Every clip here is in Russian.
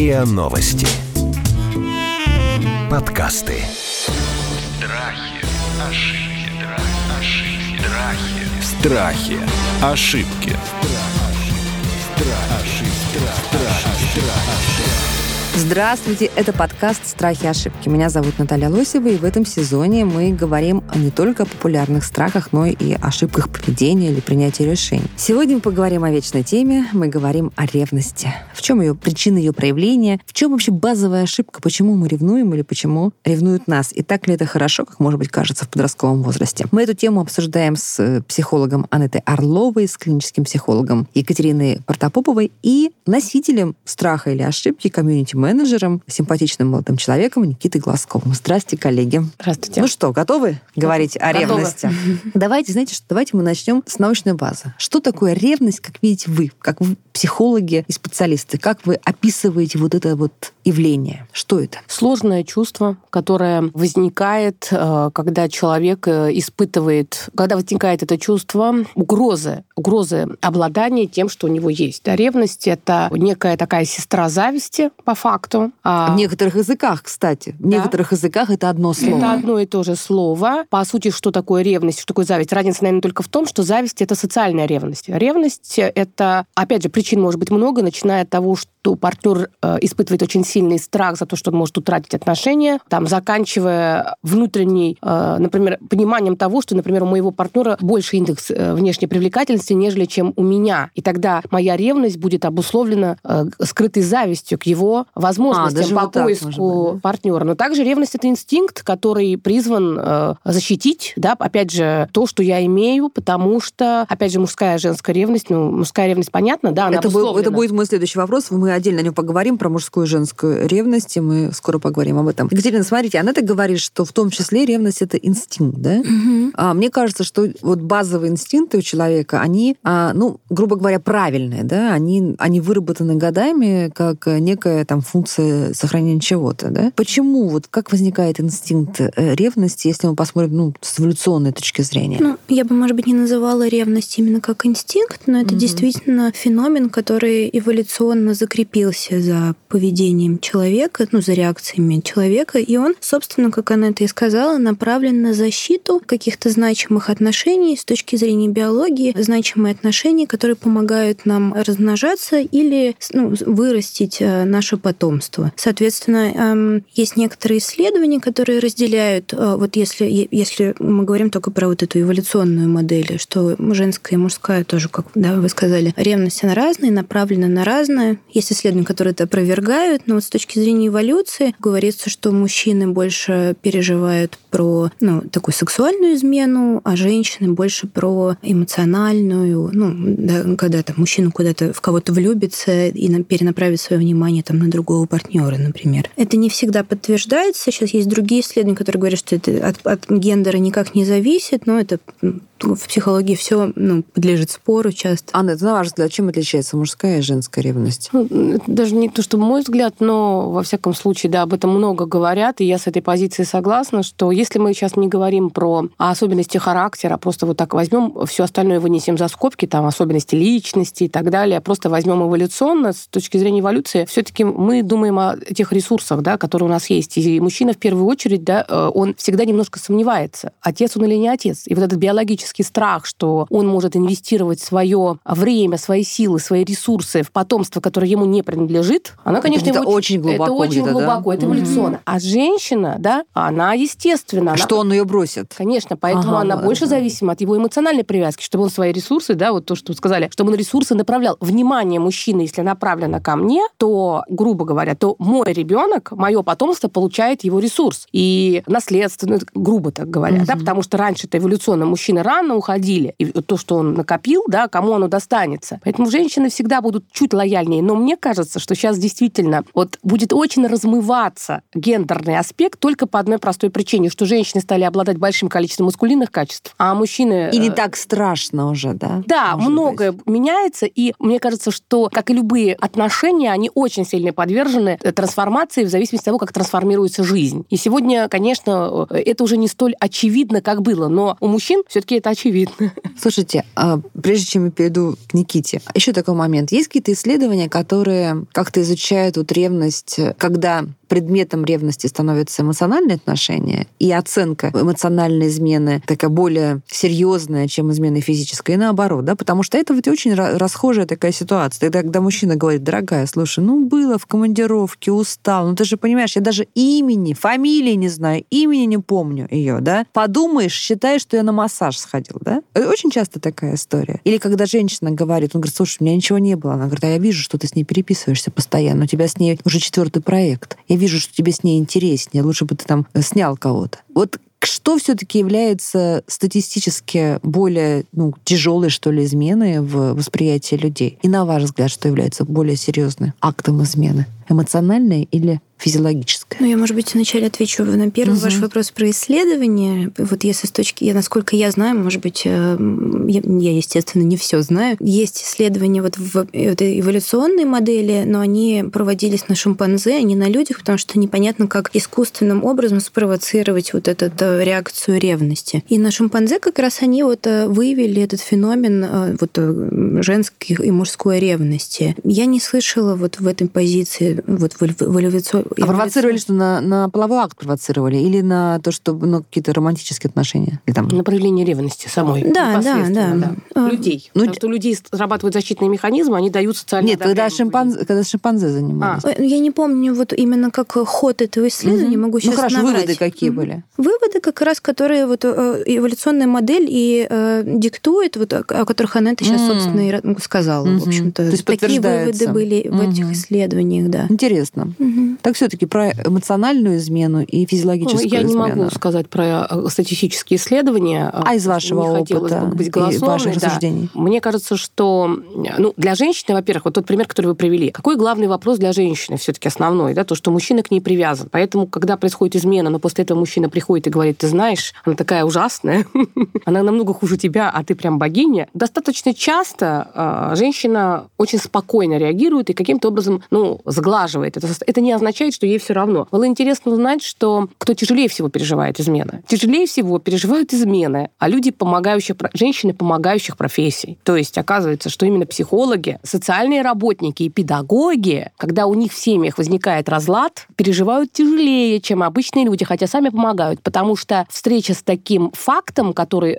РИА Новости. Подкасты. Страхи. Ошибки. Здравствуйте, это подкаст «Страхи и ошибки». Меня зовут Наталья Лосева, и в этом сезоне мы говорим не только о популярных страхах, но и ошибках поведения или принятия решений. Сегодня мы поговорим о вечной теме, мы говорим о ревности. В чем ее причина, ее проявления, в чем вообще базовая ошибка, почему мы ревнуем или почему ревнуют нас, и так ли это хорошо, как, может быть, кажется в подростковом возрасте. Мы эту тему обсуждаем с психологом Анетой Орловой, с клиническим психологом Екатериной Протопоповой и носителем страха или ошибки, комьюнити-менеджером, симпатичным молодым человеком Никитой Глазковым. Здрасте, коллеги. Здравствуйте. Ну что, готовы говорить о ревности? Давайте мы начнем с научной базы. Что такое ревность, как видите вы, как вы психологи и специалисты? Как вы описываете вот это вот явление? Что это? Сложное чувство, которое возникает, когда человек испытывает, когда возникает это чувство угрозы обладания тем, что у него есть. Да, ревность — это некая такая сестра зависти, по факту. В некоторых языках, кстати. В некоторых языках это одно слово. Это одно и то же слово. По сути, что такое ревность, что такое зависть? Разница, наверное, только в том, что зависть — это социальная ревность. Ревность — это, опять же, причин может быть много, начиная от того, что партнер испытывает очень сильный страх за то, что он может утратить отношения, заканчивая внутренней, например, пониманием того, что, например, у моего партнера больше индекс внешней привлекательности, нежели чем у меня. И тогда моя ревность будет обусловлена скрытой завистью к его возможностям по поиску партнера. Но также ревность — это инстинкт, который призван защитить, да, опять же, то, что я имею, потому что, опять же, мужская и женская ревность, мужская ревность, понятно, да, она обусловлена. Это будет мой следующий вопрос. Мы отдельно о нем поговорим, про мужскую и женскую ревность, и мы скоро поговорим об этом. Екатерина, смотрите, она так говорит, что в том числе ревность — это инстинкт, да? Угу. Мне кажется, что вот базовые инстинкты у человека, они, грубо говоря, правильные, да? Они выработаны годами как некая там функция сохранения чего-то, да? Почему, вот как возникает инстинкт ревности, если мы посмотрим, с эволюционной точки зрения? Я бы, может быть, не называла ревность именно как инстинкт, но это действительно феномен, который эволюционно закрепился за поведением человека, за реакциями человека, и он, собственно, как она это и сказала, направлен на защиту каких-то значимых отношений с точки зрения биологии, значимые отношения, которые помогают нам размножаться или вырастить наше потомство. Соответственно, есть некоторые исследования, которые разделяют, вот если мы говорим только про вот эту эволюционную модель, что женская и мужская тоже, как вы сказали, ревность, она разная, направлена на разное. Есть исследования, которые это опровергают, но вот с точки зрения эволюции говорится, что мужчины больше переживают про такую сексуальную измену, а женщины больше про эмоциональную, когда там мужчина куда-то в кого-то влюбится и перенаправит свое внимание там на другого партнера, например. Это не всегда подтверждается. Сейчас есть другие исследования, которые говорят, что это от гендера никак не зависит, но это в психологии все подлежит спору часто. Анна, на ваш взгляд, чем отличается мужская и женская ревность? Даже не то, что мой взгляд, но во всяком случае, да, об этом много говорят, и я с этой позиции согласна, что если мы сейчас не говорим про особенности характера, просто вот так возьмем, все остальное вынесем за скобки, там особенности личности и так далее, просто возьмем эволюционно, с точки зрения эволюции, все-таки мы думаем о тех ресурсах, да, которые у нас есть. И мужчина в первую очередь, да, он всегда немножко сомневается, отец он или не отец. И вот этот биологический страх, что он может инвестировать свое время, свои силы, свои ресурсы в потомство, которое ему не принадлежит, она, конечно, это очень глубоко. Это очень глубоко, это эволюционно. А женщина, да, она естественно. Что он ее бросит? Конечно, поэтому она больше зависима от его эмоциональной привязки, чтобы он свои ресурсы, да, вот то, что вы сказали, чтобы он ресурсы направлял. Внимание мужчины, если направлено ко мне, то, грубо говоря, то мой ребенок, мое потомство получает его ресурс. И наследство, грубо так говоря, да, потому что раньше-то эволюционно мужчины рано уходили, и то, что он накопил, да, кому оно достанется. Поэтому женщины всегда будут чуть лояльнее. Но мне кажется, что сейчас действительно вот будет очень размываться гендерный аспект только по одной простой причине, что женщины стали обладать большим количеством маскулинных качеств, а мужчины... И не так страшно уже, да? Да, многое меняется, и мне кажется, что, как и любые отношения, они очень сильно подвержены трансформации в зависимости от того, как трансформируется жизнь. И сегодня, конечно, это уже не столь очевидно, как было, но у мужчин все-таки это очевидно. Слушайте, прежде чем я перейду к Никите, еще такой момент. Есть какие-то исследования, которые как-то изучают вот ревность, когда предметом ревности становятся эмоциональные отношения, и оценка эмоциональной измены такая более серьезная, чем измена физическая, и наоборот, да, потому что это вот очень расхожая такая ситуация. Тогда, когда мужчина говорит: дорогая, слушай, было в командировке, устал, ты же понимаешь, я даже имени, фамилии не знаю, имени не помню ее, да, подумаешь, считаешь, что я на массаж сходил, да. Это очень часто такая история. Или когда женщина говорит, он говорит: слушай, у меня ничего не было. Она говорит: а я вижу, что ты с ней переписываешься постоянно, у тебя с ней уже 4-й проект. Я вижу, что тебе с ней интереснее, лучше бы ты там снял кого-то. Вот что все-таки является статистически более тяжелой, что ли, изменой в восприятии людей? И на ваш взгляд, что является более серьезным актом измены? Эмоциональное или физиологическое? Я, может быть, вначале отвечу на первый ваш вопрос про исследование. Вот если насколько я знаю, может быть, я, естественно, не все знаю. Есть исследования вот в этой эволюционной модели, но они проводились на шимпанзе, а не на людях, потому что непонятно, как искусственным образом спровоцировать вот эту реакцию ревности. И на шимпанзе как раз они вот выявили этот феномен вот женской и мужской ревности. Я не слышала вот в этой позиции вот в эволюционной... А провоцировали, что на половой акт провоцировали? Или на то, что какие-то романтические отношения? Или там... На проявление ревности самой. Да. Людей. Потому что у людей срабатывают защитные механизмы, они дают социальное одобрение. Нет, когда шимпанзе занимались. Я не помню вот именно как ход этого исследования, могу сейчас наврать. Выводы какие были? Выводы как раз, которые вот эволюционная модель и диктует, вот, о которых Анетта сейчас, собственно, и сказала. В общем-то, то есть такие выводы были в этих исследованиях, да. Интересно. Так все-таки про эмоциональную измену и физиологическую измену. Я не могу сказать про статистические исследования. А из вашего опыта быть и ваших рассуждений? Мне кажется, что для женщины, во-первых, вот тот пример, который вы привели, какой главный вопрос для женщины все-таки основной, да, то, что мужчина к ней привязан. Поэтому, когда происходит измена, но после этого мужчина приходит и говорит: ты знаешь, она такая ужасная, она намного хуже тебя, а ты прям богиня. Достаточно часто женщина очень спокойно реагирует и каким-то образом, сглаживает. Это не означает, что ей все равно. Было интересно узнать, что кто тяжелее всего переживает измены. Тяжелее всего переживают измены, а люди, женщины помогающих профессий. То есть оказывается, что именно психологи, социальные работники и педагоги, когда у них в семьях возникает разлад, переживают тяжелее, чем обычные люди, хотя сами помогают, потому что встреча с таким фактом, который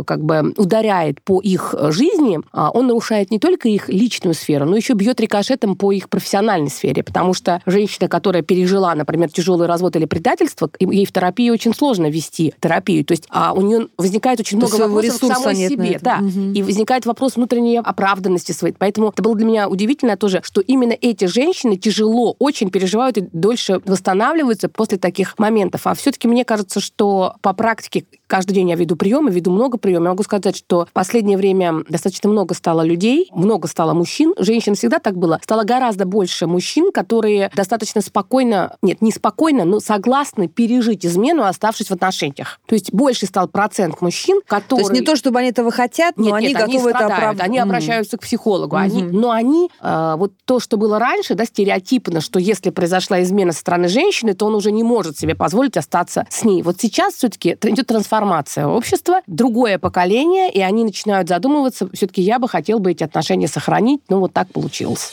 ударяет по их жизни, он нарушает не только их личную сферу, но еще бьет рикошетом по их профессиональной сфере, потому что женщина, которая пережила, например, тяжелый развод или предательство, ей в терапии очень сложно вести терапию, то есть у нее возникает очень много вопросов к самой себе, да, и возникает вопрос внутренней оправданности своей, поэтому это было для меня удивительно тоже, что именно эти женщины тяжело очень переживают и дольше восстанавливаются после таких моментов, а все-таки мне кажется, что по практике каждый день я веду приемы, веду много приемов. Я могу сказать, что в последнее время достаточно много стало людей, много стало мужчин. Женщин всегда так было. Стало гораздо больше мужчин, которые достаточно спокойно, нет, не спокойно, но согласны пережить измену, оставшись в отношениях. То есть больше стал процент мужчин, которые... То есть не то, чтобы они этого хотят, но они готовы это оправдать. Они обращаются к психологу. Но они, вот то, что было раньше, да, стереотипно, что если произошла измена со стороны женщины, то он уже не может себе позволить остаться с ней. Вот сейчас все-таки идет трансформация общества, другое поколение, и они начинают задумываться, все-таки я бы хотел бы эти отношения сохранить, но вот так получилось.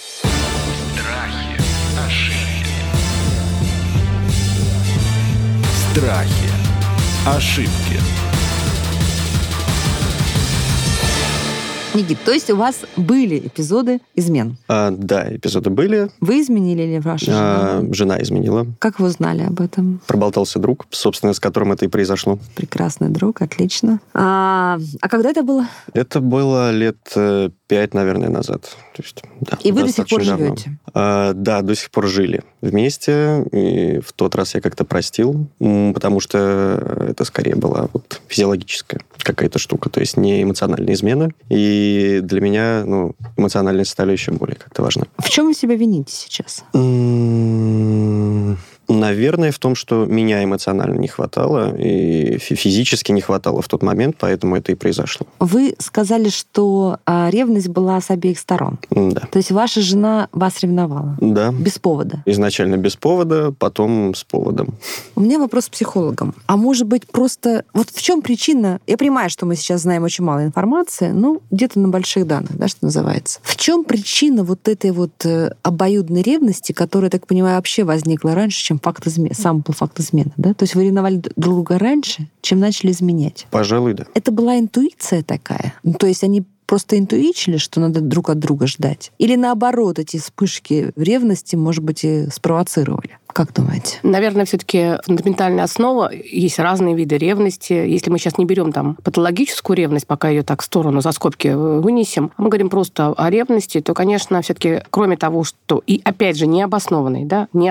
Страхи, ошибки. Страхи, ошибки. Никит, то есть у вас были эпизоды измен? Да, эпизоды были. Вы изменили или ваша жена? Жена изменила. Как вы узнали об этом? Проболтался друг, собственно, с которым это и произошло. Прекрасный друг, отлично. А когда это было? Это было лет 5, наверное, назад. То есть, да, и вы до сих пор живете? Да, до сих пор жили вместе. И в тот раз я как-то простил, потому что это скорее была вот физиологическая какая-то штука, то есть не эмоциональная измена. И для меня В эмоциональная составляющая более как-то важна. чем вы себя вините сейчас? Наверное, в том, что меня эмоционально не хватало, и физически не хватало в тот момент, поэтому это и произошло. Вы сказали, что ревность была с обеих сторон. Да. То есть ваша жена вас ревновала? Да. Без повода? Изначально без повода, потом с поводом. У меня вопрос к психологам. А может быть, просто... Вот в чем причина? Я понимаю, что мы сейчас знаем очень мало информации, ну, где-то на больших данных, да, что называется. В чем причина вот этой вот обоюдной ревности, которая, так понимаю, вообще возникла раньше, чем сам был факт измены, да? То есть вы ревновали друг друга раньше, чем начали изменять? Пожалуй, да. Это была интуиция такая? Ну, то есть они просто интуичили, что надо друг от друга ждать? Или наоборот, эти вспышки ревности, может быть, и спровоцировали? Как думаете? Наверное, все-таки фундаментальная основа. Есть разные виды ревности. Если мы сейчас не берем там патологическую ревность, пока ее так в сторону за скобки вынесем, а мы говорим просто о ревности, то, конечно, все-таки, кроме того, что и, опять же, необоснованный,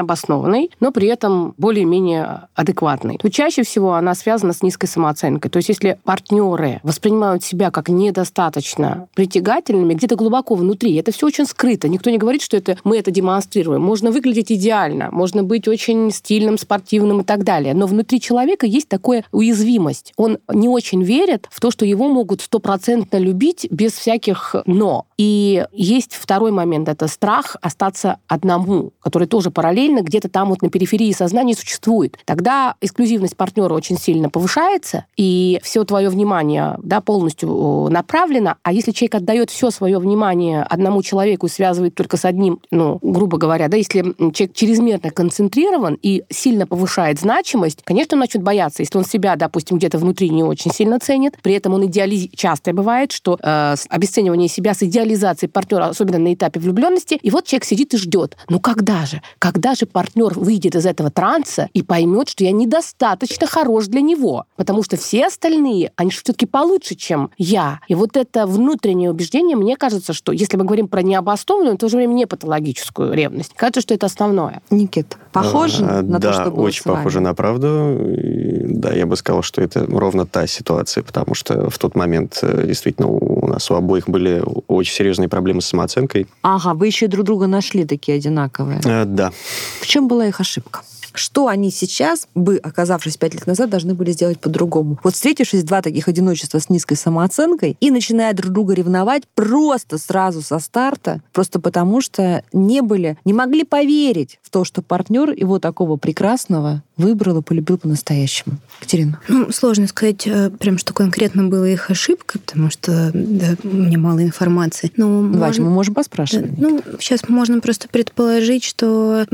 но при этом более-менее адекватный, то чаще всего она связана с низкой самооценкой. То есть если партнеры воспринимают себя как недостаточно притягательными, где-то глубоко внутри, это все очень скрыто. Никто не говорит, что мы это демонстрируем. Можно выглядеть идеально, можно быть очень стильным, спортивным и так далее. Но внутри человека есть такая уязвимость. Он не очень верит в то, что его могут 100% любить без всяких «но». И есть второй момент. Это страх остаться одному, который тоже параллельно где-то там вот на периферии сознания существует. Тогда эксклюзивность партнера очень сильно повышается, и все твое внимание, да, полностью направлено. А если человек отдает все свое внимание одному человеку и связывает только с одним, ну, грубо говоря, да, если человек чрезмерно концентрирован и сильно повышает значимость, конечно, он начнет бояться. Если он себя, допустим, где-то внутри не очень сильно ценит, при этом он часто бывает, что обесценивание себя с идеализацией партнера, особенно на этапе влюбленности, и вот человек сидит и ждет. Ну когда же партнер выйдет из этого транса и поймет, что я недостаточно хорош для него? Потому что все остальные, они же все-таки получше, чем я. И вот это внутреннее убеждение, мне кажется, что если мы говорим про необоснованную, в то же время не патологическую ревность, кажется, что это основное. Никит, похоже на то, что было очень похоже на правду. Да, я бы сказал, что это ровно та ситуация, потому что в тот момент действительно у нас у обоих были очень серьезные проблемы с самооценкой. Ага, вы еще друг друга нашли такие одинаковые. Да. В чем была их ошибка? Что они сейчас, оказавшись 5 лет назад, должны были сделать по-другому? Вот встретившись два таких одиночества с низкой самооценкой и начиная друг друга ревновать просто сразу со старта, просто потому что не могли поверить в то, что партнер его такого прекрасного выбрал и полюбил по-настоящему. Катерина? Ну, сложно сказать прям, что конкретно была их ошибка, потому что у меня мало информации. Вась, мы можем поспрашивать. Сейчас можно просто предположить, что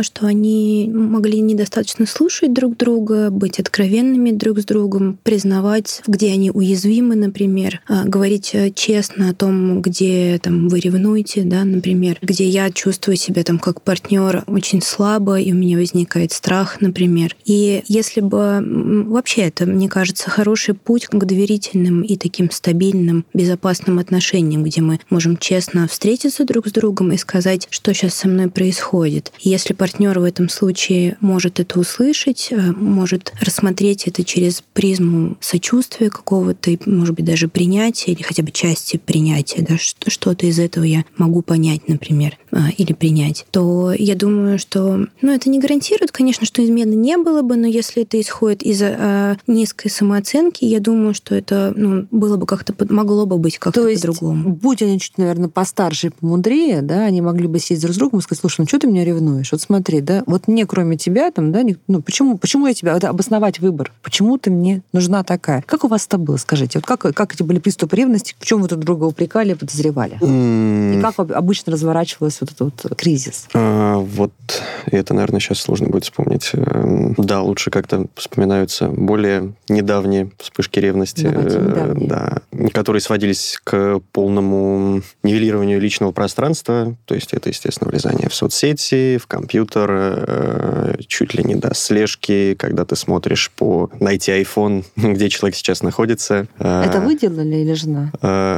они могли недостаточно слушать друг друга, быть откровенными друг с другом, признавать, где они уязвимы, например, говорить честно о том, где вы ревнуете, да, например, где я чувствую себя как партнер очень слабо, и у меня возникает страх, например. И если бы вообще это, мне кажется, хороший путь к доверительным и таким стабильным, безопасным отношениям, где мы можем честно встретиться друг с другом и сказать, что сейчас со мной происходит. И если партнер в этом случае может это услышать, может рассмотреть это через призму сочувствия какого-то, может быть, даже принятия или хотя бы части принятия, да, что-то из этого я могу понять, например, или принять, то я думаю, что это не гарантирует, конечно, что измены не было бы, но если это исходит из низкой самооценки, я думаю, что это было бы как-то, могло бы быть как-то по-другому. Будь они чуть, наверное, постарше и помудрее, да, они могли бы сесть друг с другом и сказать: слушай, что ты меня ревнуешь? Вот смотри, да, вот мне кроме тебя почему я тебя, это обосновать выбор, почему ты мне нужна такая? Как у вас это было, скажите? Вот как эти были приступы ревности, в чем вы друг друга упрекали, подозревали? И как обычно разворачивался вот этот кризис? Вот это, наверное, сейчас сложно будет вспомнить. Да, лучше как-то вспоминаются более недавние вспышки ревности, да, которые сводились к полному нивелированию личного пространства. То есть это, естественно, влезание в соцсети, в компьютер, чуть ли не до слежки, когда ты смотришь найти iPhone, где человек сейчас находится. Это вы делали или жена?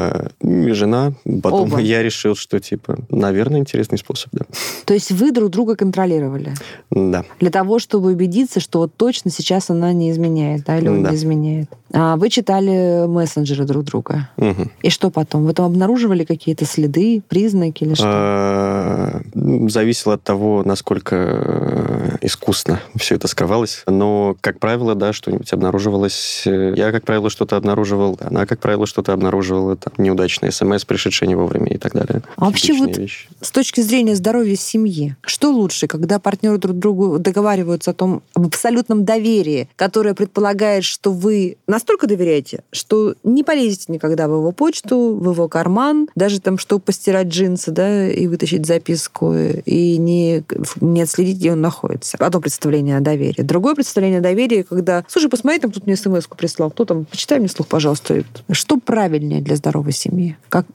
Жена. Потом Оба. Я решил, что, наверное, интересный способ, да. То есть вы друг друга контролировали? Да. Для того, чтобы убедиться, что вот точно сейчас она не изменяет, да, или он не изменяет? Вы читали мессенджеры друг друга. Угу. И что потом? Вы там обнаруживали какие-то следы, признаки или что? Зависело от того, насколько искусно все это скрывалось. Но, как правило, да, что-нибудь обнаруживалось. Я, как правило, что-то обнаруживал. Она, как правило, что-то обнаруживала. Там, неудачные смс, пришедшие не вовремя и так далее. А вообще вот вещи. С точки зрения здоровья семьи, что лучше, когда партнеры друг другу договариваются об абсолютном доверии, которое предполагает, что вы настолько доверяете, что не полезете никогда в его почту, в его карман, даже там, чтобы постирать джинсы, да, и вытащить записку, и не отследить, где он находится. Одно представление о доверии. Другое представление о доверии, когда, слушай, посмотри, там кто-то мне смс-ку прислал, кто там, почитай мне вслух, пожалуйста. Что правильнее для здоровой семьи?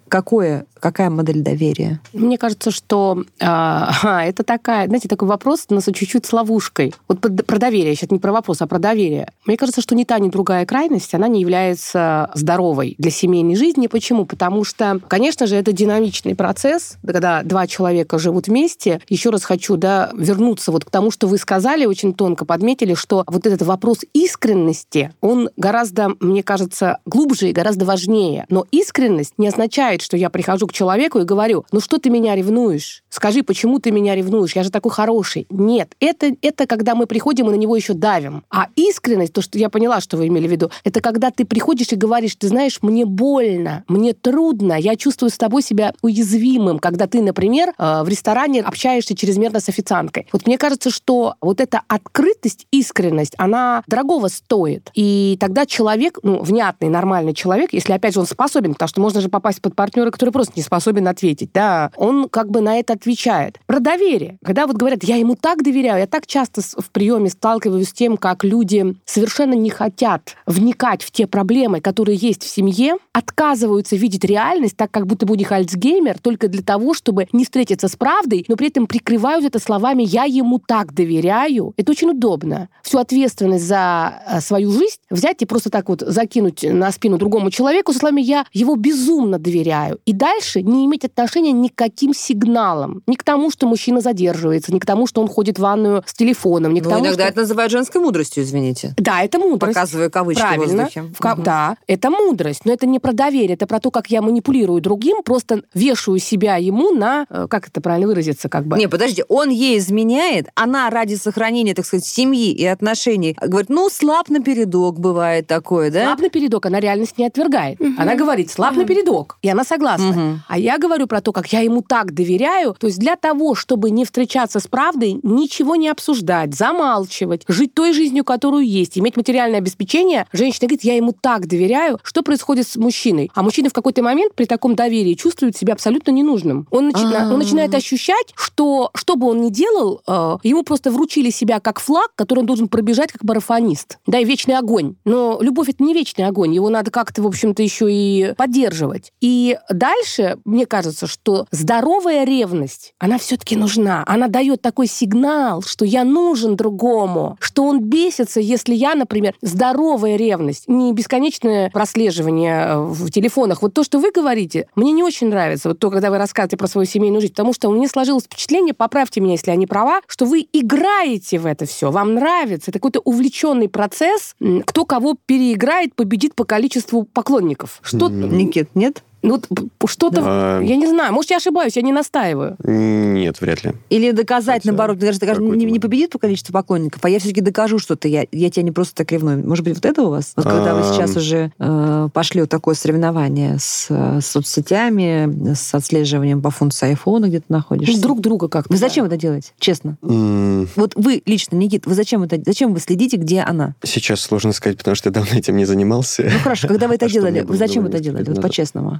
Какая модель доверия? Мне кажется, что это такой вопрос, но чуть-чуть с ловушкой. Вот про доверие, сейчас не про вопрос, а про доверие. Мне кажется, что ни та, ни другая крайность, она не является здоровой для семейной жизни. Почему? Потому что, конечно же, это динамичный процесс, когда два человека живут вместе. Еще раз хочу вернуться вот к тому, что вы сказали, очень тонко подметили, что вот этот вопрос искренности, он гораздо, мне кажется, глубже и гораздо важнее. Но искренность не означает, что я прихожу к человеку и говорю, ну что ты меня ревнуешь? Скажи, почему ты меня ревнуешь? Я же такой хороший. Нет, это когда мы приходим и на него еще давим. А искренность, то, что я поняла, что вы имели в виду, это когда ты приходишь и говоришь, ты знаешь, мне больно, мне трудно, я чувствую с тобой себя уязвимым, когда ты, например, в ресторане общаешься чрезмерно с официанткой. Вот мне кажется, что вот эта открытость, искренность, она дорогого стоит. И тогда человек, внятный, нормальный человек, если, опять же, он способен, потому что можно же попасть под партнера, который просто не способен ответить, да, он как бы на это отвечает. Про доверие. Когда вот говорят, я ему так доверяю, я так часто в приеме сталкиваюсь с тем, как люди совершенно не хотят вникать в те проблемы, которые есть в семье, отказываются видеть реальность так, как будто бы у них Альцгеймер, только для того, чтобы не встретиться с правдой, но при этом прикрывают это словами «я ему так доверяю». Это очень удобно. Всю ответственность за свою жизнь взять и просто так вот закинуть на спину другому человеку со словами «я его безумно доверяю». И дальше не иметь отношения ни к каким сигналам. Ни к тому, что мужчина задерживается, ни к тому, что он ходит в ванную с телефоном, ни к тому, иногда что... это называют женской мудростью, извините. Да, это мудрость. Показываю кавычки правильно. в воздухе. Да, это мудрость. Но это не про доверие, это про то, как я манипулирую другим, просто вешаю себя ему на... Как это правильно выразиться? Как бы? Не, подожди, он ей изменяет, она ради сохранения, так сказать, семьи и отношений говорит, слаб напередок, бывает такое, да? Слаб напередок, она реальность не отвергает. Она говорит, слаб напередок, и она согласна. А я говорю про то, как я ему так доверяю, то есть для того, чтобы не встречаться с правдой, ничего не обсуждать, замалчивать, жить той жизнью, которую есть, иметь материальное обеспечение, женщина говорит, я ему так доверяю, что происходит с мужчиной? А мужчина в какой-то момент при таком доверии чувствует себя абсолютно ненужным. Он начинает ощущать, что бы он ни делал, ему просто вручили себя как флаг, который он должен пробежать как марафонист. Да, и вечный огонь. Но любовь — это не вечный огонь, его надо как-то, в общем-то, еще и поддерживать. И дальше, мне кажется, что здоровая ревность, она все-таки нужна. Она дает такой сигнал, что я нужен другому, что он бесится, если я, например, здоровая ревность, не бесконечное прослеживание в телефонах. Вот то, что вы говорите, мне не очень нравится. Вот то, когда вы рассказываете про свою семейную жизнь, потому что у меня сложилось впечатление, поправьте меня, если я не права, что вы играете в это все, вам нравится. Это какой-то увлеченный процесс. Кто кого переиграет, победит по количеству поклонников. Что... Никит, нет? Что-то, я не знаю, может, я ошибаюсь, я не настаиваю. Нет, вряд ли. Или доказать, наоборот, не победит по количеству поклонников, а я все-таки докажу, что я тебя не просто так ревную. Может быть, вот это у вас? Вот когда вы сейчас уже пошли вот такое соревнование с соцсетями, с отслеживанием по функции айфона, где ты находишься. Друг друга как-то. Вы зачем это делаете? Честно. Вот вы лично, Никит, вы зачем вы следите, где она? Сейчас сложно сказать, потому что я давно этим не занимался. Хорошо, когда вы это делали, вы зачем это делали? Вот по-честному.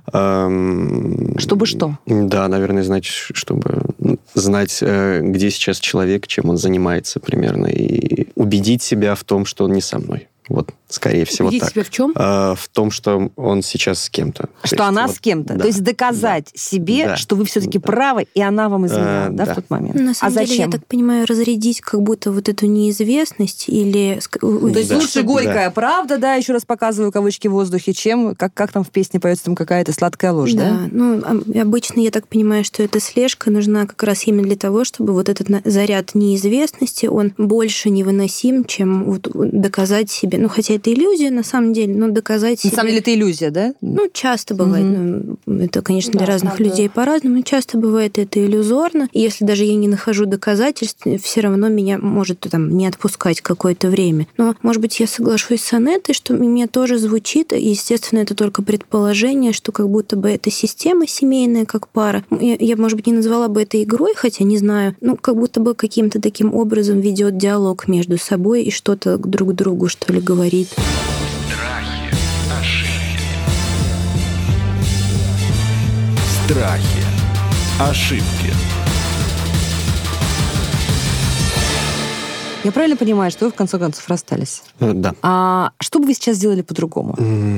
Чтобы что? Да, наверное, чтобы знать, где сейчас человек, чем он занимается примерно, и убедить себя в том, что он не со мной. Вот, скорее всего, убедить так. себя в чем? В том, что он сейчас с кем-то. Что она с кем-то. Да. То есть доказать себе, что вы все-таки правы, и она вам изменяла, в тот момент. На самом деле, я так понимаю, разрядить как будто вот эту неизвестность или... То есть лучше горькая правда, да, еще раз показываю кавычки в воздухе, чем, как там в песне поется, там какая-то сладкая ложь, да? Обычно я так понимаю, что эта слежка нужна как раз именно для того, чтобы вот этот заряд неизвестности, он больше невыносим, чем вот доказать себе. Хотя это иллюзия, на самом деле, но доказать себе... На самом деле это иллюзия, да? Ну, часто бывает. Это, конечно, для разных людей по-разному. Часто бывает это иллюзорно. И если даже я не нахожу доказательств, все равно меня может там не отпускать какое-то время. Но, может быть, я соглашусь с Анеттой, что мне тоже звучит, естественно, это только предположение, что как будто бы это система семейная, как пара. Я, может быть, не назвала бы это игрой, хотя не знаю. Ну, как будто бы каким-то таким образом ведет диалог между собой и что-то друг к другу, что ли, говорит. Страхи, ошибки. Страхи, ошибки. Я правильно понимаю, что вы в конце концов расстались? Да. А что бы вы сейчас сделали по-другому?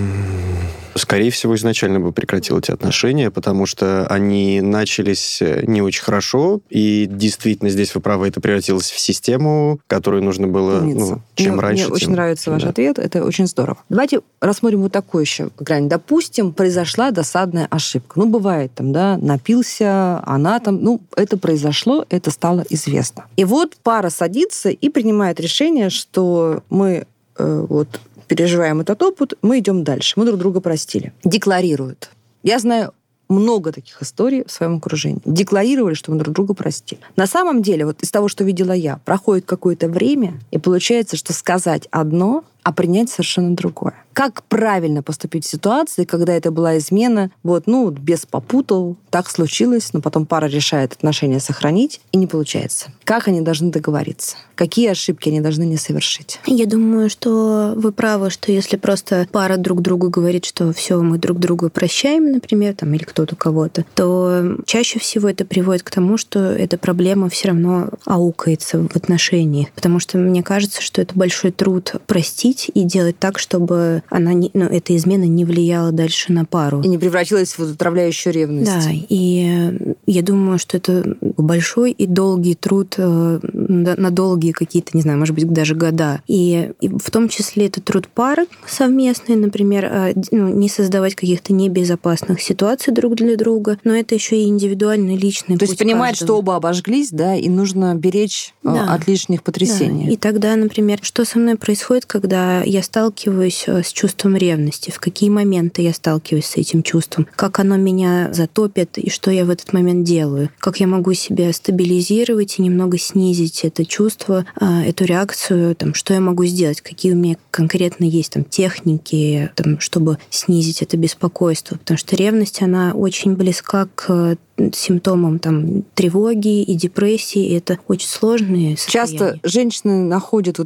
Скорее всего, изначально бы прекратил эти отношения, потому что они начались не очень хорошо, и действительно, здесь вы правы, это превратилось в систему, которую нужно было, чем раньше. Мне очень тем... нравится ваш ответ, это очень здорово. Давайте рассмотрим вот такой еще грань. Допустим, произошла досадная ошибка. Ну, бывает там, да, напился, она там, это произошло, это стало известно. И вот пара садится и принимает решение, что мы переживаем этот опыт, мы идем дальше, мы друг друга простили. Декларируют. Я знаю много таких историй в своем окружении. Декларировали, что мы друг друга простили. На самом деле, вот из того, что видела я, проходит какое-то время, и получается, что сказать одно, а принять совершенно другое. Как правильно поступить в ситуации, когда это была измена, бес попутал, так случилось, но потом пара решает отношения сохранить, и не получается. Как они должны договориться? Какие ошибки они должны не совершить? Я думаю, что вы правы, что если просто пара друг другу говорит, что все, мы друг друга прощаем, например, или кто-то кого-то, то чаще всего это приводит к тому, что эта проблема все равно аукается в отношениях. Потому что мне кажется, что это большой труд простить и делать так, чтобы эта измена не влияла дальше на пару. И не превратилась в отравляющую ревность. Да, и я думаю, что это большой и долгий труд на долгие какие-то, не знаю, может быть, даже года. И в том числе это труд пары совместный, например, не создавать каких-то небезопасных ситуаций друг для друга, но это еще и индивидуальный, личный путь. То есть понимать, каждого. что оба обожглись, да, и нужно беречь от лишних потрясений. Да. И тогда, например, что со мной происходит, когда я сталкиваюсь с чувством ревности, в какие моменты я сталкиваюсь с этим чувством, как оно меня затопит и что я в этот момент делаю, как я могу себя стабилизировать и немного снизить это чувство, эту реакцию, что я могу сделать, какие у меня конкретно есть техники, чтобы снизить это беспокойство, потому что ревность, она очень близка к симптомам тревоги и депрессии, и это очень сложные состояния. Часто женщины находят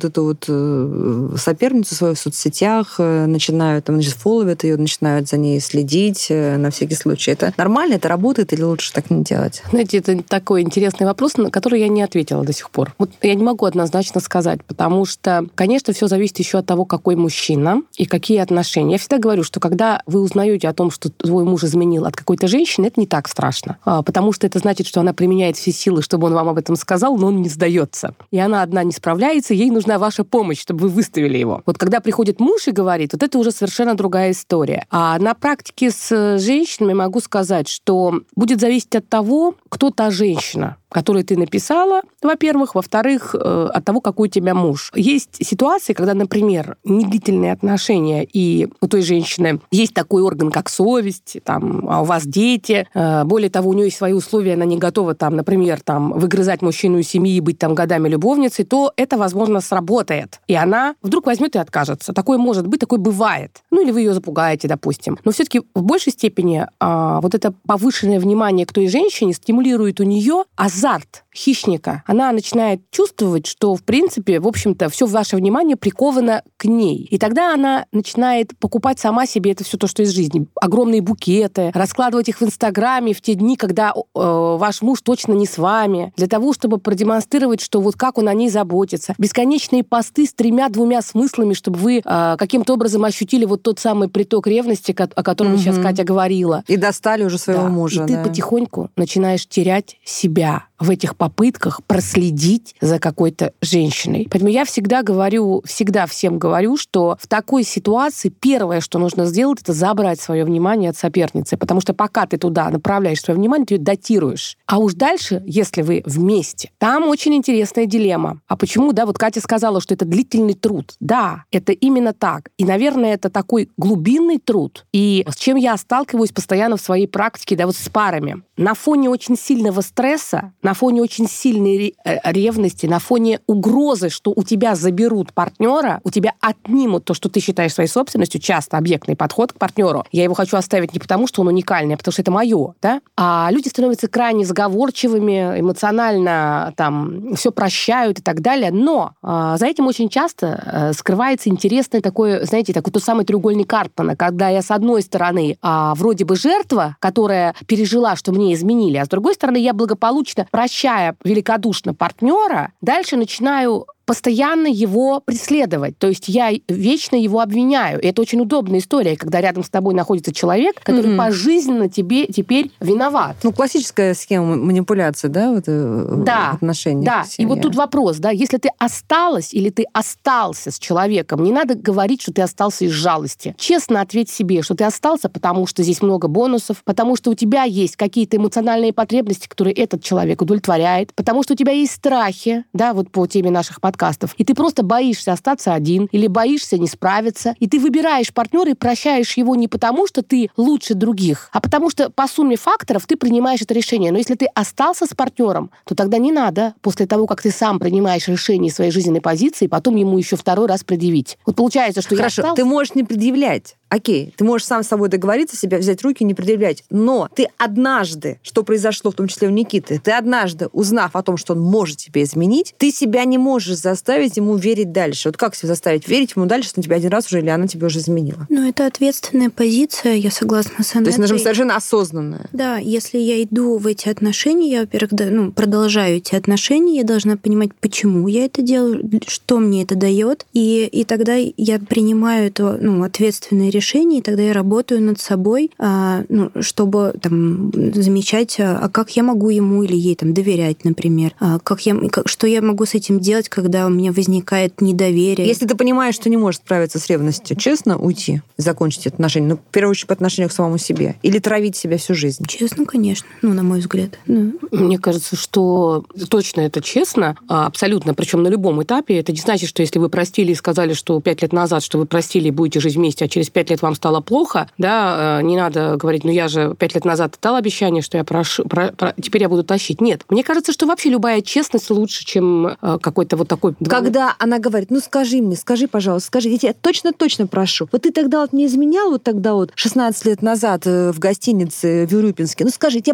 эту соперницу свою в соцсетях, начинают фолловят ее, начинают за ней следить на всякий случай. Это нормально, это работает или лучше так не делать? Знаете, это такой интересный вопрос, на который я не ответила до сих пор. Я не могу однозначно сказать, потому что, конечно, все зависит еще от того, какой мужчина и какие отношения. Я всегда говорю, что когда вы узнаете о том, что твой муж изменил от какой-то женщины, это не так страшно. Потому что это значит, что она применяет все силы, чтобы он вам об этом сказал, но он не сдается. И она одна не справляется, ей нужна ваша помощь, чтобы вы выставили его. Когда приходит муж и говорит, это уже совершенно другая история. А на практике с женщинами могу сказать, что будет зависеть от того, кто та женщина, которую ты написала, во-первых. Во-вторых, от того, какой у тебя муж. Есть ситуации, когда, например, недлительные отношения, и у той женщины есть такой орган, как совесть, а у вас дети. Более того, у нее есть свои условия, она не готова, например, выгрызать мужчину из семьи и быть годами любовницей, то это, возможно, сработает. И она вдруг возьмет и откажется. Такое может быть, такое бывает. Или вы ее запугаете, допустим. Но все-таки в большей степени это повышенное внимание к той женщине стимулирует у нее азарт хищника. Она начинает чувствовать, что, в принципе, в общем-то, все ваше внимание приковано к ней. И тогда она начинает покупать сама себе это все то, что из жизни. Огромные букеты, раскладывать их в Инстаграме в те дни, когда ваш муж точно не с вами, для того, чтобы продемонстрировать, что как он о ней заботится. Бесконечные посты с 3-2 смыслами, чтобы вы каким-то образом ощутили тот самый приток ревности, о котором сейчас Катя говорила. И достали уже своего мужа. И ты потихоньку начинаешь терять себя. в этих попытках проследить за какой-то женщиной. Поэтому я всегда всем говорю, что в такой ситуации первое, что нужно сделать, это забрать свое внимание от соперницы. Потому что пока ты туда направляешь свое внимание, ты ее датируешь. А уж дальше, если вы вместе, там очень интересная дилемма. А почему, вот Катя сказала, что это длительный труд. Да, это именно так. И, наверное, это такой глубинный труд. И с чем я сталкиваюсь постоянно в своей практике, вот с парами. На фоне очень сильного стресса, на фоне очень сильной ревности, на фоне угрозы, что у тебя заберут партнера, у тебя отнимут то, что ты считаешь своей собственностью, часто объектный подход к партнеру. Я его хочу оставить не потому, что он уникальный, а потому что это мое, да? А люди становятся крайне сговорчивыми, эмоционально все прощают и так далее. Но за этим очень часто скрывается интересное такое, знаете, такой тот самый треугольник Карпмана, когда я, с одной стороны, вроде бы жертва, которая пережила, что мне изменили, а с другой стороны, я благополучно, прощая великодушно партнера, дальше начинаю постоянно его преследовать. То есть я вечно его обвиняю. И это очень удобная история, когда рядом с тобой находится человек, который пожизненно тебе теперь виноват. Классическая схема манипуляции, в отношениях. Да, и вот тут вопрос, если ты осталась или ты остался с человеком, не надо говорить, что ты остался из жалости. Честно ответь себе, что ты остался, потому что здесь много бонусов, потому что у тебя есть какие-то эмоциональные потребности, которые этот человек удовлетворяет, потому что у тебя есть страхи, по теме наших подкастов, и ты просто боишься остаться один или боишься не справиться, и ты выбираешь партнера и прощаешь его не потому, что ты лучше других, а потому что по сумме факторов ты принимаешь это решение. Но если ты остался с партнером, то тогда не надо после того, как ты сам принимаешь решение своей жизненной позиции, потом ему еще второй раз предъявить. Вот получается, что Хорошо, ты можешь не предъявлять. Окей, ты можешь сам с собой договориться, себя взять в руки и не предъявлять. Но ты однажды, что произошло, в том числе у Никиты, ты однажды, узнав о том, что он может тебя изменить, ты себя не можешь заставить ему верить дальше. Вот как себя заставить верить ему дальше, что он тебя один раз уже или она тебя уже изменила? Это ответственная позиция, я согласна с Анетой. То есть, совершенно осознанная. Да, если я иду в эти отношения, я, во-первых, продолжаю эти отношения, я должна понимать, почему я это делаю, что мне это дает, и тогда я принимаю это ответственное решение, и тогда я работаю над собой, чтобы замечать, как я могу ему или ей доверять, например, что я могу с этим делать, когда у меня возникает недоверие. Если ты понимаешь, что не можешь справиться с ревностью, честно уйти, закончить отношения, в первую очередь по отношению к самому себе, или травить себя всю жизнь? Честно, конечно, на мой взгляд. Да. Мне кажется, что точно это честно, абсолютно, причем на любом этапе. Это не значит, что если вы простили и сказали, что 5 лет назад, что вы простили и будете жить вместе, а через 5 лет вам стало плохо, не надо говорить, я же 5 лет назад дал обещание, что я теперь я буду тащить. Нет. Мне кажется, что вообще любая честность лучше, чем какой-то такой... Когда она говорит, скажи мне, пожалуйста, я тебя точно прошу. Вот ты тогда мне изменял, 16 лет назад в гостинице в Урюпинске. Скажи, я тебя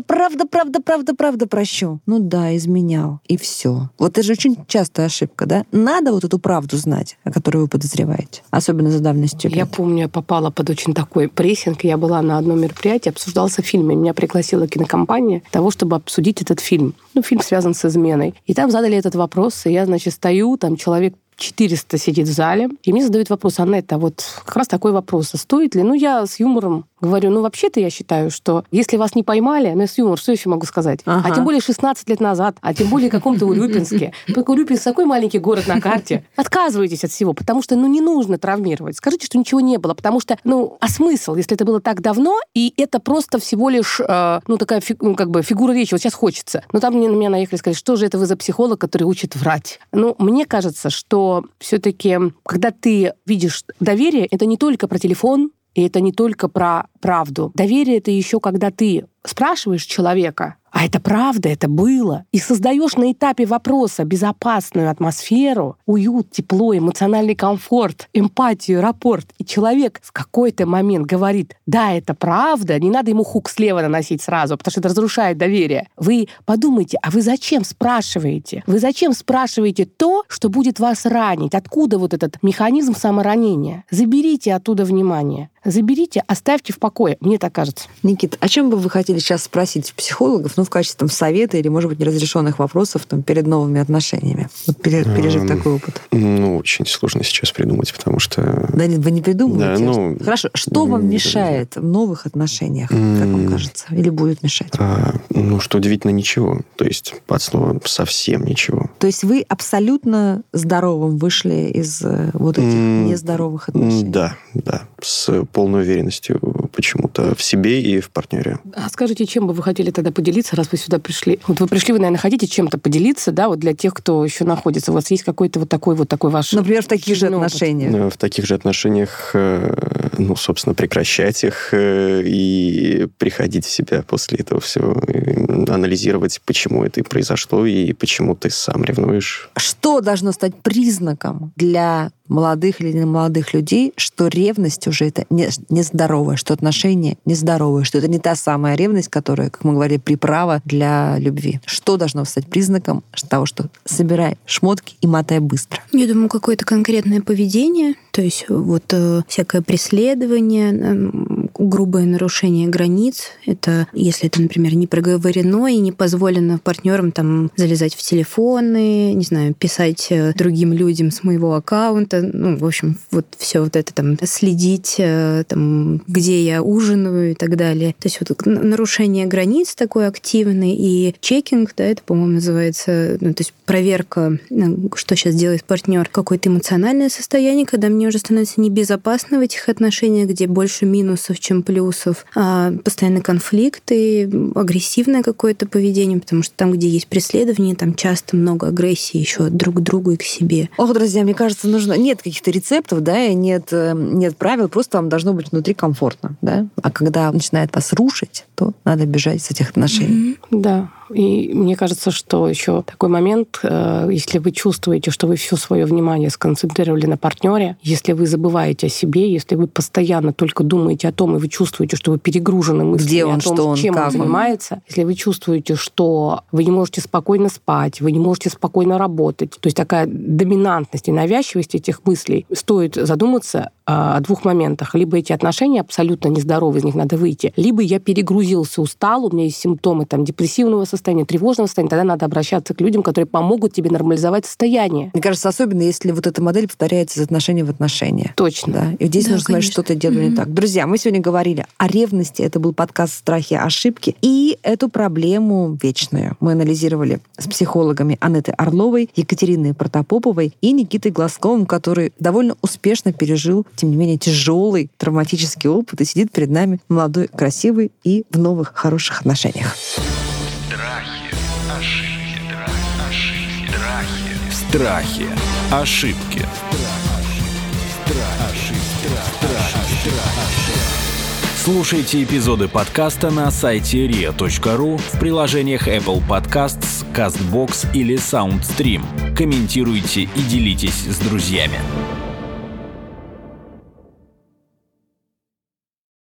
правда прощу. Да, изменял. И все. Это же очень частая ошибка, да? Надо эту правду знать, о которой вы подозреваете. Особенно за давностью лет. Я помню, я попала под очень такой прессинг. Я была на одном мероприятии, обсуждался фильм, и меня пригласила кинокомпания для того, чтобы обсудить этот фильм. Фильм связан с изменой. И там задали этот вопрос, и я, стою, человек 400 сидит в зале, и мне задают вопрос, Анетта, как раз такой вопрос, стоит ли? Я с юмором говорю, вообще-то я считаю, что если вас не поймали, я с юмором, что еще могу сказать? Ага. А тем более 16 лет назад, а тем более в каком-то Урюпинске. Урюпинск такой маленький город на карте. Отказывайтесь от всего, потому что, не нужно травмировать. Скажите, что ничего не было, потому что, а смысл, если это было так давно, и это просто всего лишь, такая, фигура речи, сейчас хочется. Но там на меня наехали и сказали, что же это вы за психолог, который учит врать? Мне кажется, что все-таки, когда ты видишь доверие, это не только про телефон, и это не только про правду. Доверие — это еще когда ты спрашиваешь человека, а это правда, это было, и создаешь на этапе вопроса безопасную атмосферу, уют, тепло, эмоциональный комфорт, эмпатию, рапорт. И человек в какой-то момент говорит, да, это правда, не надо ему хук слева наносить сразу, потому что это разрушает доверие. Вы подумайте, а вы зачем спрашиваете? Вы зачем спрашиваете то, что будет вас ранить? Откуда этот механизм саморанения? Заберите оттуда внимание. Заберите, оставьте в покое. Мне так кажется. Никит, о чем бы вы хотели сейчас спросить психологов? в качестве там, совета или, может быть, неразрешенных вопросов там, перед новыми отношениями? Вот пережив такой опыт. Ну, очень сложно сейчас придумать, потому что... Да нет, вы не придумываете. Да, Хорошо, что вам мешает в новых отношениях, как вам кажется? Или будет мешать? Что удивительно, ничего. То есть, под словом, совсем ничего. То есть вы абсолютно здоровым вышли из вот этих нездоровых отношений? Да. С полной уверенностью почему-то в себе и в партнере. А скажите, чем бы вы хотели тогда поделиться, раз вы сюда пришли? Вот вы пришли, вы, наверное, хотите чем-то поделиться, да, вот для тех, кто еще находится. У вас есть какой-то вот такой ваш... Например, в таких же отношениях. В таких же отношениях, собственно, прекращать их и приходить в себя после этого всего, анализировать, почему это и произошло, и почему ты сам ревнуешь. Что должно стать признаком для молодых или немолодых людей, что ревность уже это нездоровая, что отношения нездоровые, что это не та самая ревность, которая, как мы говорили, приправа для любви? Что должно стать признаком того, что собирай шмотки и мотай быстро? Я думаю, какое-то конкретное поведение, то есть вот всякое преследование, грубое нарушение границ. Это если это, например, не проговорено и не позволено партнерам там залезать в телефоны, не знаю, писать другим людям с моего аккаунта, в общем, вот все вот это там следить, там, где я ужинаю и так далее. То есть вот нарушение границ такой активный и чекинг, да, это, по-моему, называется, то есть проверка, что сейчас делает партнер, какое-то эмоциональное состояние, когда мне уже становится небезопасно в этих отношениях, где больше минусов, чем плюсов, а постоянно конфликты, агрессивное какое-то поведение, потому что там, где есть преследование, там часто много агрессии еще друг к другу и к себе. Ох, друзья, мне кажется, нет каких-то рецептов, да, и нет правил, просто вам должно быть внутри комфортно, да. А когда начинает вас рушить, то надо бежать с этих отношений. Да. И мне кажется, что еще такой момент, если вы чувствуете, что вы все свое внимание сконцентрировали на партнере, если вы забываете о себе, если вы постоянно только думаете о том, и вы чувствуете, что вы перегружены мыслями о том, чем он занимается, если вы чувствуете, что вы не можете спокойно спать, вы не можете спокойно работать, то есть такая доминантность и навязчивость этих мыслей, стоит задуматься о двух моментах. Либо эти отношения абсолютно нездоровы, из них надо выйти, либо я перегрузился, устал, у меня есть симптомы депрессивного состояния, тревожного состояния, тогда надо обращаться к людям, которые помогут тебе нормализовать состояние. Мне кажется, особенно если вот эта модель повторяется из отношения в отношения. Точно. Да. И здесь нужно смотреть, что ты делаешь не так. Друзья, мы сегодня говорили о ревности. Это был подкаст «Страхи и ошибки». И эту проблему вечную мы анализировали с психологами Анетой Орловой, Екатериной Протопоповой и Никитой Глазковым, который довольно успешно пережил, тем не менее, тяжелый травматический опыт и сидит перед нами молодой, красивый и в новых хороших отношениях. Страхи, ошибки. Слушайте эпизоды подкаста на сайте ria.ru, в приложениях Apple Podcasts, CastBox или SoundStream. Комментируйте и делитесь с друзьями.